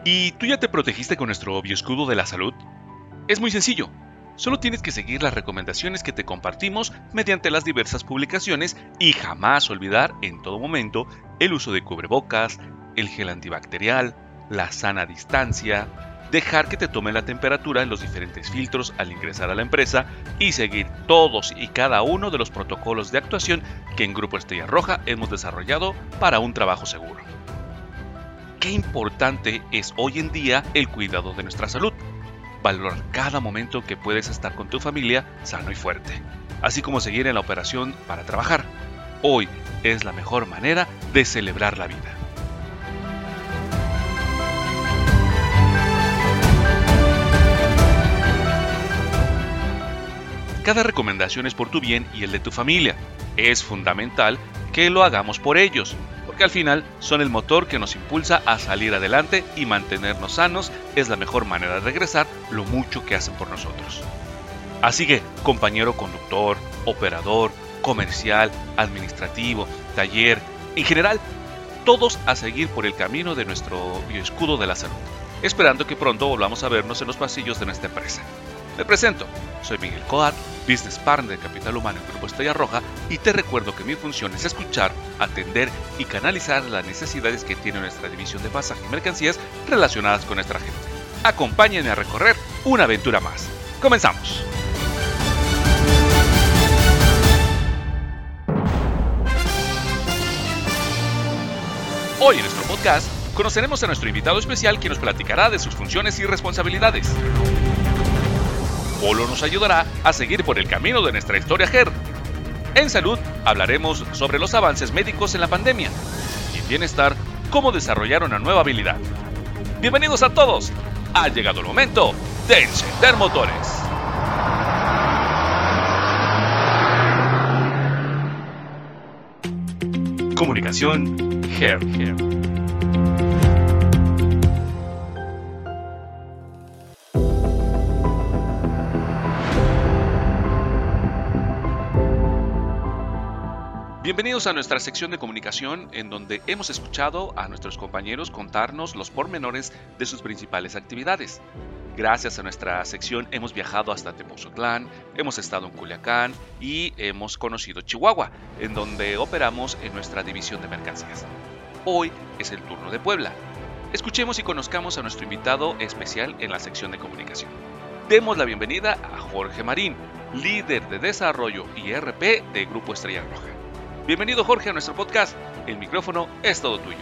¿Y tú ya te protegiste con nuestro bioescudo de la salud? Es muy sencillo. Solo tienes que seguir las recomendaciones que te compartimos mediante las diversas publicaciones y jamás olvidar en todo momento el uso de cubrebocas, el gel antibacterial, la sana distancia, dejar que te tome la temperatura en los diferentes filtros al ingresar a la empresa y seguir todos y cada uno de los protocolos de actuación que en Grupo Estrella Roja hemos desarrollado para un trabajo seguro. Qué importante es hoy en día el cuidado de nuestra salud. Valorar cada momento que puedes estar con tu familia sano y fuerte, así como seguir en la operación para trabajar. Hoy es la mejor manera de celebrar la vida. Cada recomendación es por tu bien y el de tu familia. Es fundamental que lo hagamos por ellos, porque al final son el motor que nos impulsa a salir adelante y mantenernos sanos es la mejor manera de regresar lo mucho que hacen por nosotros. Así que, compañero conductor, operador, comercial, administrativo, taller, en general, todos a seguir por el camino de nuestro bioescudo de la salud, esperando que pronto volvamos a vernos en los pasillos de nuestra empresa. Me presento, soy Miguel Coat, Business Partner de Capital Humano en Grupo Estrella Roja y te recuerdo que mi función es escuchar, atender y canalizar las necesidades que tiene nuestra división de pasaje y mercancías relacionadas con nuestra gente. Acompáñenme a recorrer una aventura más. ¡Comenzamos! Hoy en nuestro podcast conoceremos a nuestro invitado especial quien nos platicará de sus funciones y responsabilidades. Polo nos ayudará a seguir por el camino de nuestra historia GER. En salud hablaremos sobre los avances médicos en la pandemia y en bienestar cómo desarrollar una nueva habilidad. Bienvenidos a todos. Ha llegado el momento de encender motores. Comunicación GER. Bienvenidos a nuestra sección de comunicación en donde hemos escuchado a nuestros compañeros contarnos los pormenores de sus principales actividades. Gracias a nuestra sección hemos viajado hasta Tepozotlán, hemos estado en Culiacán y hemos conocido Chihuahua, en donde operamos en nuestra división de mercancías. Hoy es el turno de Puebla. Escuchemos y conozcamos a nuestro invitado especial en la sección de comunicación. Demos la bienvenida a Jorge Marín, líder de desarrollo y ERP de Grupo Estrella Roja. Bienvenido Jorge a nuestro podcast, el micrófono es todo tuyo.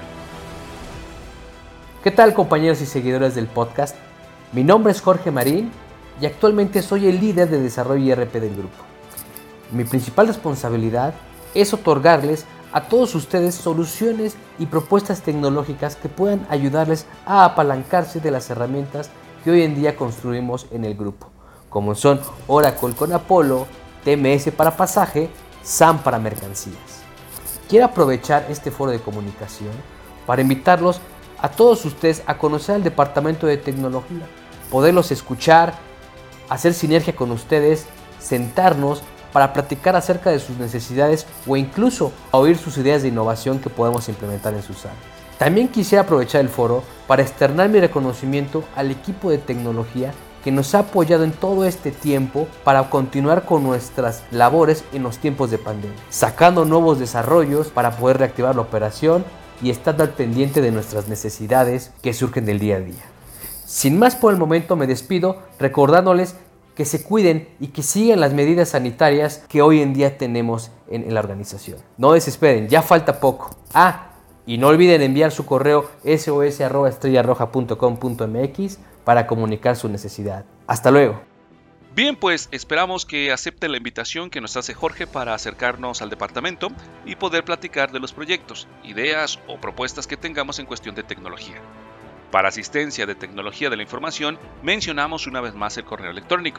¿Qué tal compañeros y seguidores del podcast? Mi nombre es Jorge Marín y actualmente soy el líder de desarrollo y ERP del grupo. Mi principal responsabilidad es otorgarles a todos ustedes soluciones y propuestas tecnológicas que puedan ayudarles a apalancarse de las herramientas que hoy en día construimos en el grupo, como son Oracle con Apollo, TMS para pasaje, SAM para mercancías. Quiero aprovechar este foro de comunicación para invitarlos a todos ustedes a conocer al departamento de tecnología, poderlos escuchar, hacer sinergia con ustedes, sentarnos para platicar acerca de sus necesidades o incluso a oír sus ideas de innovación que podemos implementar en sus áreas. También quisiera aprovechar el foro para externar mi reconocimiento al equipo de tecnología que nos ha apoyado en todo este tiempo para continuar con nuestras labores en los tiempos de pandemia, sacando nuevos desarrollos para poder reactivar la operación y estar al pendiente de nuestras necesidades que surgen del día a día. Sin más por el momento me despido recordándoles que se cuiden y que sigan las medidas sanitarias que hoy en día tenemos en la organización. No desesperen, ya falta poco. Y no olviden enviar su correo sos@estrellarroja.com.mx para comunicar su necesidad. Hasta luego. Bien, pues esperamos que acepten la invitación que nos hace Jorge para acercarnos al departamento y poder platicar de los proyectos, ideas o propuestas que tengamos en cuestión de tecnología. Para asistencia de tecnología de la información, mencionamos una vez más el correo electrónico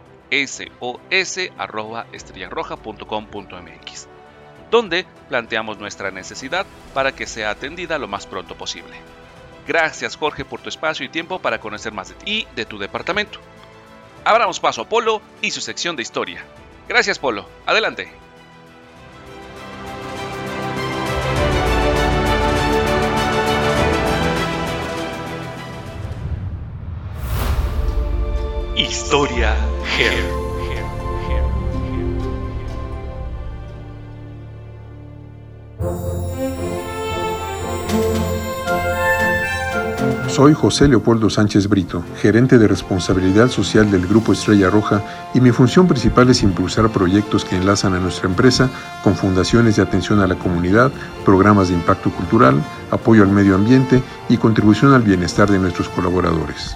sos@estrellarroja.com.mx, donde planteamos nuestra necesidad para que sea atendida lo más pronto posible. Gracias Jorge por tu espacio y tiempo para conocer más de ti y de tu departamento. Abramos paso a Polo y su sección de historia. Gracias Polo, adelante. Soy José Leopoldo Sánchez Brito, gerente de responsabilidad social del Grupo Estrella Roja, y mi función principal es impulsar proyectos que enlazan a nuestra empresa con fundaciones de atención a la comunidad, programas de impacto cultural, apoyo al medio ambiente y contribución al bienestar de nuestros colaboradores.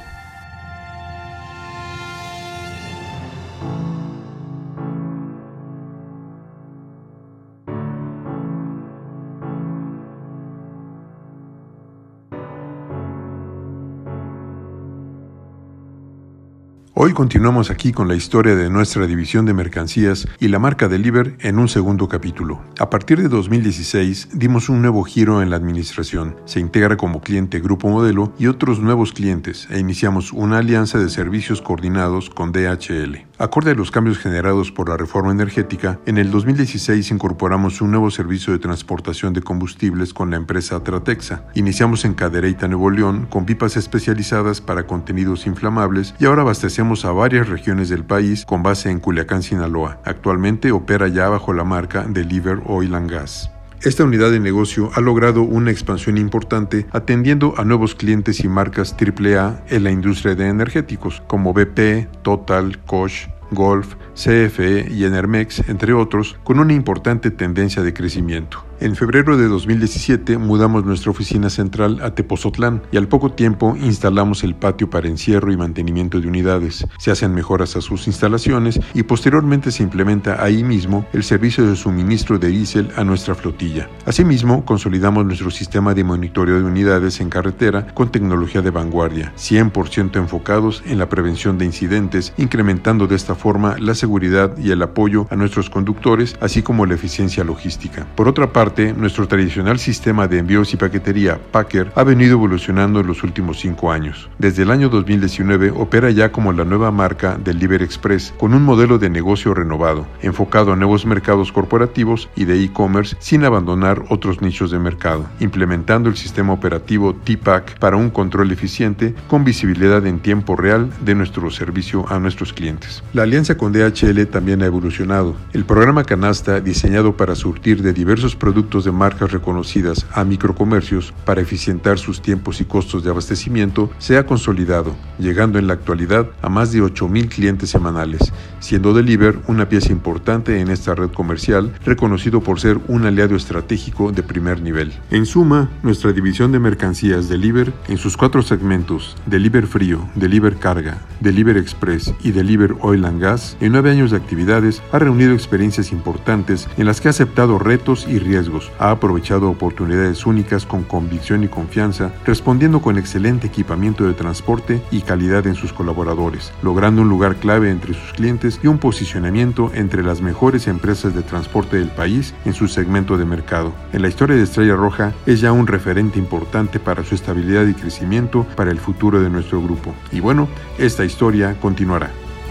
Hoy continuamos aquí con la historia de nuestra división de mercancías y la marca Deliver en un segundo capítulo. A partir de 2016 dimos un nuevo giro en la administración. Se integra como cliente Grupo Modelo y otros nuevos clientes e iniciamos una alianza de servicios coordinados con DHL. Acorde a los cambios generados por la reforma energética, en el 2016 incorporamos un nuevo servicio de transportación de combustibles con la empresa Tratexa. Iniciamos en Cadereyta, Nuevo León, con pipas especializadas para contenidos inflamables y ahora abastecemos a varias regiones del país con base en Culiacán, Sinaloa. Actualmente opera ya bajo la marca Deliver Oil and Gas. Esta unidad de negocio ha logrado una expansión importante atendiendo a nuevos clientes y marcas AAA en la industria de energéticos como BP, Total, Koch, Golf, CFE y Enermex, entre otros, con una importante tendencia de crecimiento. En febrero de 2017 mudamos nuestra oficina central a Tepozotlán y al poco tiempo instalamos el patio para encierro y mantenimiento de unidades. Se hacen mejoras a sus instalaciones y posteriormente se implementa ahí mismo el servicio de suministro de diésel a nuestra flotilla. Asimismo, consolidamos nuestro sistema de monitoreo de unidades en carretera con tecnología de vanguardia, 100% enfocados en la prevención de incidentes, incrementando de esta forma la seguridad y el apoyo a nuestros conductores, así como la eficiencia logística. Por otra parte, nuestro tradicional sistema de envíos y paquetería, Packer, ha venido evolucionando en los últimos 5 años. Desde el año 2019 opera ya como la nueva marca Deliver Express, con un modelo de negocio renovado, enfocado a nuevos mercados corporativos y de e-commerce sin abandonar otros nichos de mercado, implementando el sistema operativo T-Pack para un control eficiente con visibilidad en tiempo real de nuestro servicio a nuestros clientes. La alianza con DHL también ha evolucionado. El programa Canasta, diseñado para surtir de diversos productos de marcas reconocidas a microcomercios para eficientar sus tiempos y costos de abastecimiento, se ha consolidado, llegando en la actualidad a más de 8,000 clientes semanales, siendo Deliver una pieza importante en esta red comercial, reconocido por ser un aliado estratégico de primer nivel. En suma, nuestra división de mercancías Deliver, en sus 4 segmentos, Deliver Frío, Deliver Carga, Deliver Express y Deliver Oil and Gas, en 9 años de actividades ha reunido experiencias importantes en las que ha aceptado retos y riesgos, ha aprovechado oportunidades únicas con convicción y confianza, respondiendo con excelente equipamiento de transporte y calidad en sus colaboradores, logrando un lugar clave entre sus clientes y un posicionamiento entre las mejores empresas de transporte del país en su segmento de mercado. En la historia de Estrella Roja es ya un referente importante para su estabilidad y crecimiento para el futuro de nuestro grupo. Y bueno, esta historia continuará.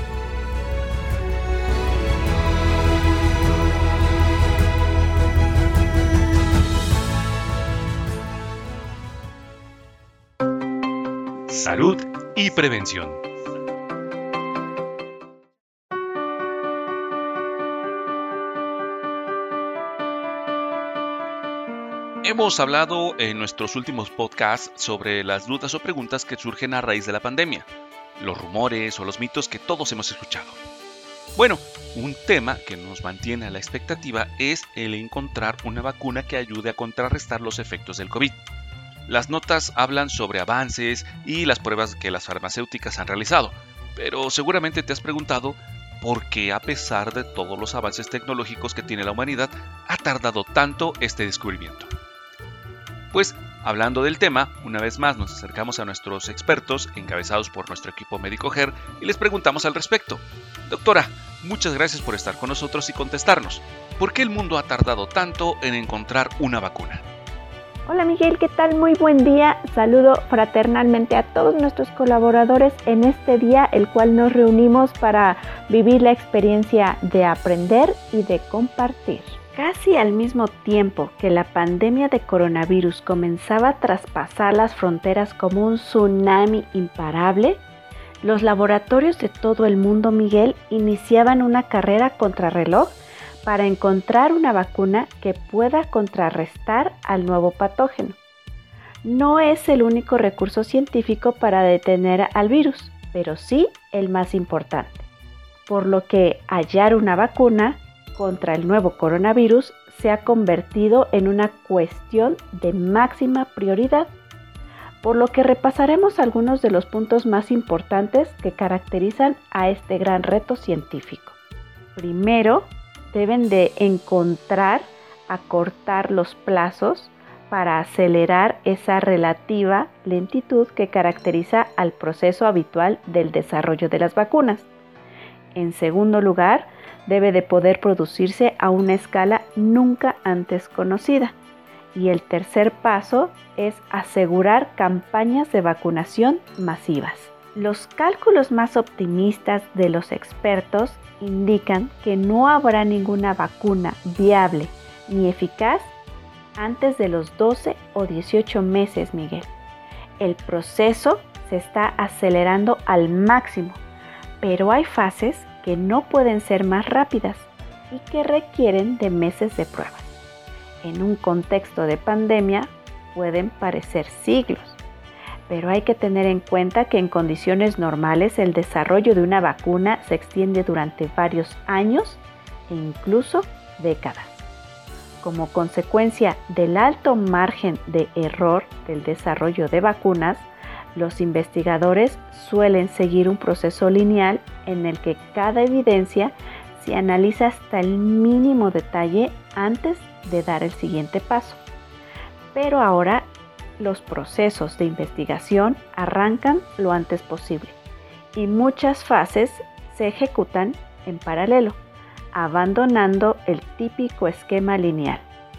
Salud y prevención. Hemos hablado en nuestros últimos podcasts sobre las dudas o preguntas que surgen a raíz de la pandemia, los rumores o los mitos que todos hemos escuchado. Bueno, un tema que nos mantiene a la expectativa es el encontrar una vacuna que ayude a contrarrestar los efectos del COVID. Las notas hablan sobre avances y las pruebas que las farmacéuticas han realizado, pero seguramente te has preguntado por qué, a pesar de todos los avances tecnológicos que tiene la humanidad, ha tardado tanto este descubrimiento. Pues, hablando del tema, una vez más nos acercamos a nuestros expertos, encabezados por nuestro equipo médico GER, y les preguntamos al respecto. Doctora, muchas gracias por estar con nosotros y contestarnos. ¿Por qué el mundo ha tardado tanto en encontrar una vacuna? Hola Miguel, ¿qué tal? Muy buen día. Saludo fraternalmente a todos nuestros colaboradores en este día, el cual nos reunimos para vivir la experiencia de aprender y de compartir. Casi al mismo tiempo que la pandemia de coronavirus comenzaba a traspasar las fronteras como un tsunami imparable, los laboratorios de todo el mundo, Miguel, iniciaban una carrera contrarreloj para encontrar una vacuna que pueda contrarrestar al nuevo patógeno. No es el único recurso científico para detener al virus, pero sí el más importante, por lo que hallar una vacuna contra el nuevo coronavirus se ha convertido en una cuestión de máxima prioridad, por lo que repasaremos algunos de los puntos más importantes que caracterizan a este gran reto científico. Primero, deben de acortar los plazos para acelerar esa relativa lentitud que caracteriza al proceso habitual del desarrollo de las vacunas. En segundo lugar, debe de poder producirse a una escala nunca antes conocida. Y el tercer paso es asegurar campañas de vacunación masivas. Los cálculos más optimistas de los expertos indican que no habrá ninguna vacuna viable ni eficaz antes de los 12 o 18 meses, Miguel. El proceso se está acelerando al máximo, pero hay fases que no pueden ser más rápidas y que requieren de meses de pruebas. En un contexto de pandemia pueden parecer siglos, pero hay que tener en cuenta que en condiciones normales el desarrollo de una vacuna se extiende durante varios años e incluso décadas. Como consecuencia del alto margen de error del desarrollo de vacunas, los investigadores suelen seguir un proceso lineal en el que cada evidencia se analiza hasta el mínimo detalle antes de dar el siguiente paso. Pero ahora los procesos de investigación arrancan lo antes posible y muchas fases se ejecutan en paralelo, abandonando el típico esquema lineal.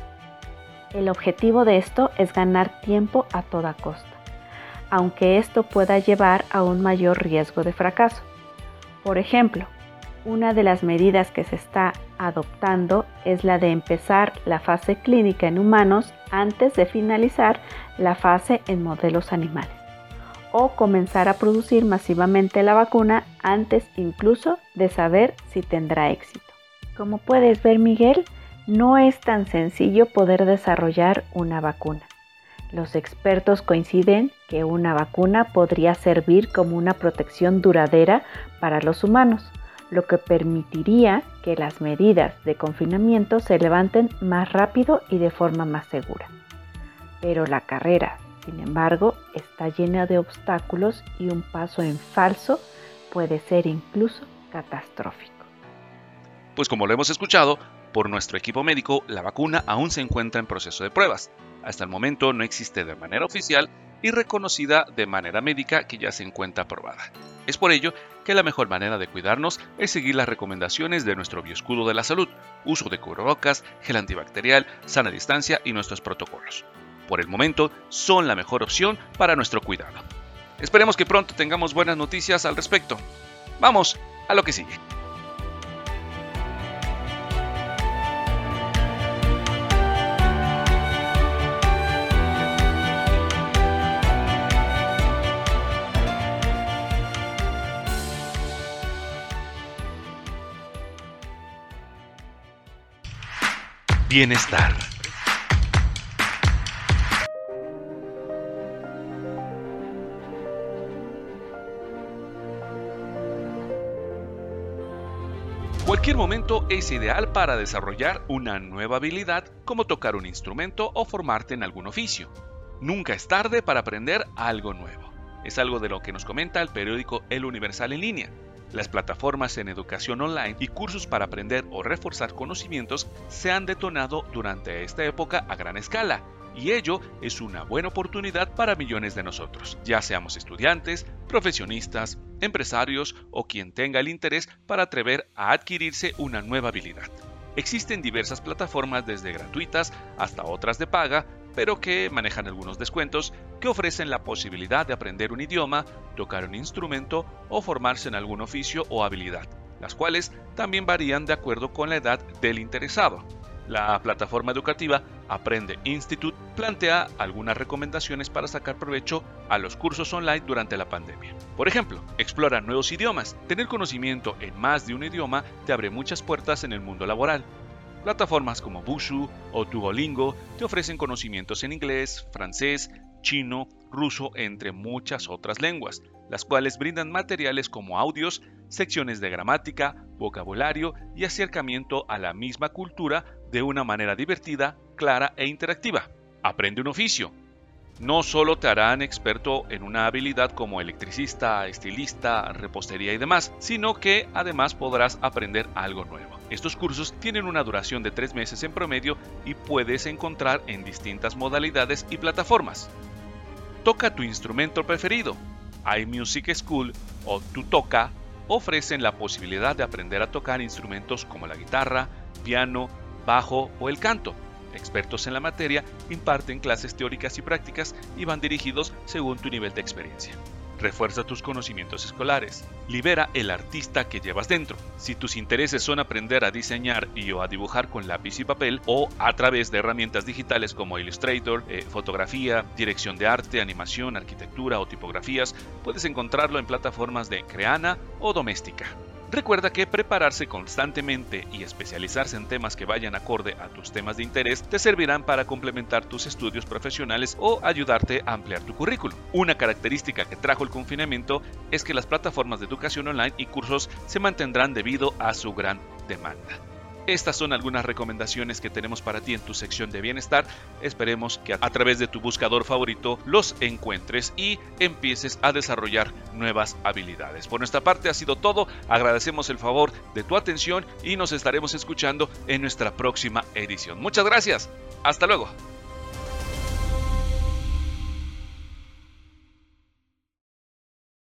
El objetivo de esto es ganar tiempo a toda costa, aunque esto pueda llevar a un mayor riesgo de fracaso. Por ejemplo, una de las medidas que se está adoptando es la de empezar la fase clínica en humanos antes de finalizar la fase en modelos animales, o comenzar a producir masivamente la vacuna antes incluso de saber si tendrá éxito. Como puedes ver, Miguel, no es tan sencillo poder desarrollar una vacuna. Los expertos coinciden que una vacuna podría servir como una protección duradera para los humanos, lo que permitiría que las medidas de confinamiento se levanten más rápido y de forma más segura. Pero la carrera, sin embargo, está llena de obstáculos y un paso en falso puede ser incluso catastrófico. Pues como lo hemos escuchado, por nuestro equipo médico, la vacuna aún se encuentra en proceso de pruebas. Hasta el momento no existe de manera oficial y reconocida de manera médica que ya se encuentra aprobada. Es por ello que la mejor manera de cuidarnos es seguir las recomendaciones de nuestro bioescudo de la salud, uso de cubrebocas, gel antibacterial, sana distancia y nuestros protocolos. Por el momento, son la mejor opción para nuestro cuidado. Esperemos que pronto tengamos buenas noticias al respecto. Vamos a lo que sigue. Bienestar. Cualquier momento es ideal para desarrollar una nueva habilidad como tocar un instrumento o formarte en algún oficio. Nunca es tarde para aprender algo nuevo. Es algo de lo que nos comenta el periódico El Universal en línea. Las plataformas en educación online y cursos para aprender o reforzar conocimientos se han detonado durante esta época a gran escala, y ello es una buena oportunidad para millones de nosotros, ya seamos estudiantes, profesionistas, empresarios o quien tenga el interés para atrever a adquirirse una nueva habilidad. Existen diversas plataformas desde gratuitas hasta otras de paga, pero que manejan algunos descuentos que ofrecen la posibilidad de aprender un idioma, tocar un instrumento o formarse en algún oficio o habilidad, las cuales también varían de acuerdo con la edad del interesado. La plataforma educativa Aprende Institute plantea algunas recomendaciones para sacar provecho a los cursos online durante la pandemia. Por ejemplo, explora nuevos idiomas. Tener conocimiento en más de un idioma te abre muchas puertas en el mundo laboral. Plataformas como Busuu o Duolingo te ofrecen conocimientos en inglés, francés, chino, ruso, entre muchas otras lenguas, las cuales brindan materiales como audios, secciones de gramática, vocabulario y acercamiento a la misma cultura de una manera divertida, clara e interactiva. Aprende un oficio. No solo te harán experto en una habilidad como electricista, estilista, repostería y demás, sino que además podrás aprender algo nuevo. Estos cursos tienen una duración de 3 meses en promedio y puedes encontrar en distintas modalidades y plataformas. Toca tu instrumento preferido. iMusic School o Tutoka ofrecen la posibilidad de aprender a tocar instrumentos como la guitarra, piano, bajo o el canto. Expertos en la materia imparten clases teóricas y prácticas y van dirigidos según tu nivel de experiencia. Refuerza tus conocimientos escolares. Libera el artista que llevas dentro. Si tus intereses son aprender a diseñar o a dibujar con lápiz y papel o a través de herramientas digitales como Illustrator, fotografía, dirección de arte, animación, arquitectura o tipografías, puedes encontrarlo en plataformas de Creana o Doméstica. Recuerda que prepararse constantemente y especializarse en temas que vayan acorde a tus temas de interés te servirán para complementar tus estudios profesionales o ayudarte a ampliar tu currículum. Una característica que trajo el confinamiento es que las plataformas de educación online y cursos se mantendrán debido a su gran demanda. Estas son algunas recomendaciones que tenemos para ti en tu sección de bienestar. Esperemos que a través de tu buscador favorito los encuentres y empieces a desarrollar nuevas habilidades. Por nuestra parte ha sido todo. Agradecemos el favor de tu atención y nos estaremos escuchando en nuestra próxima edición. Muchas gracias. Hasta luego.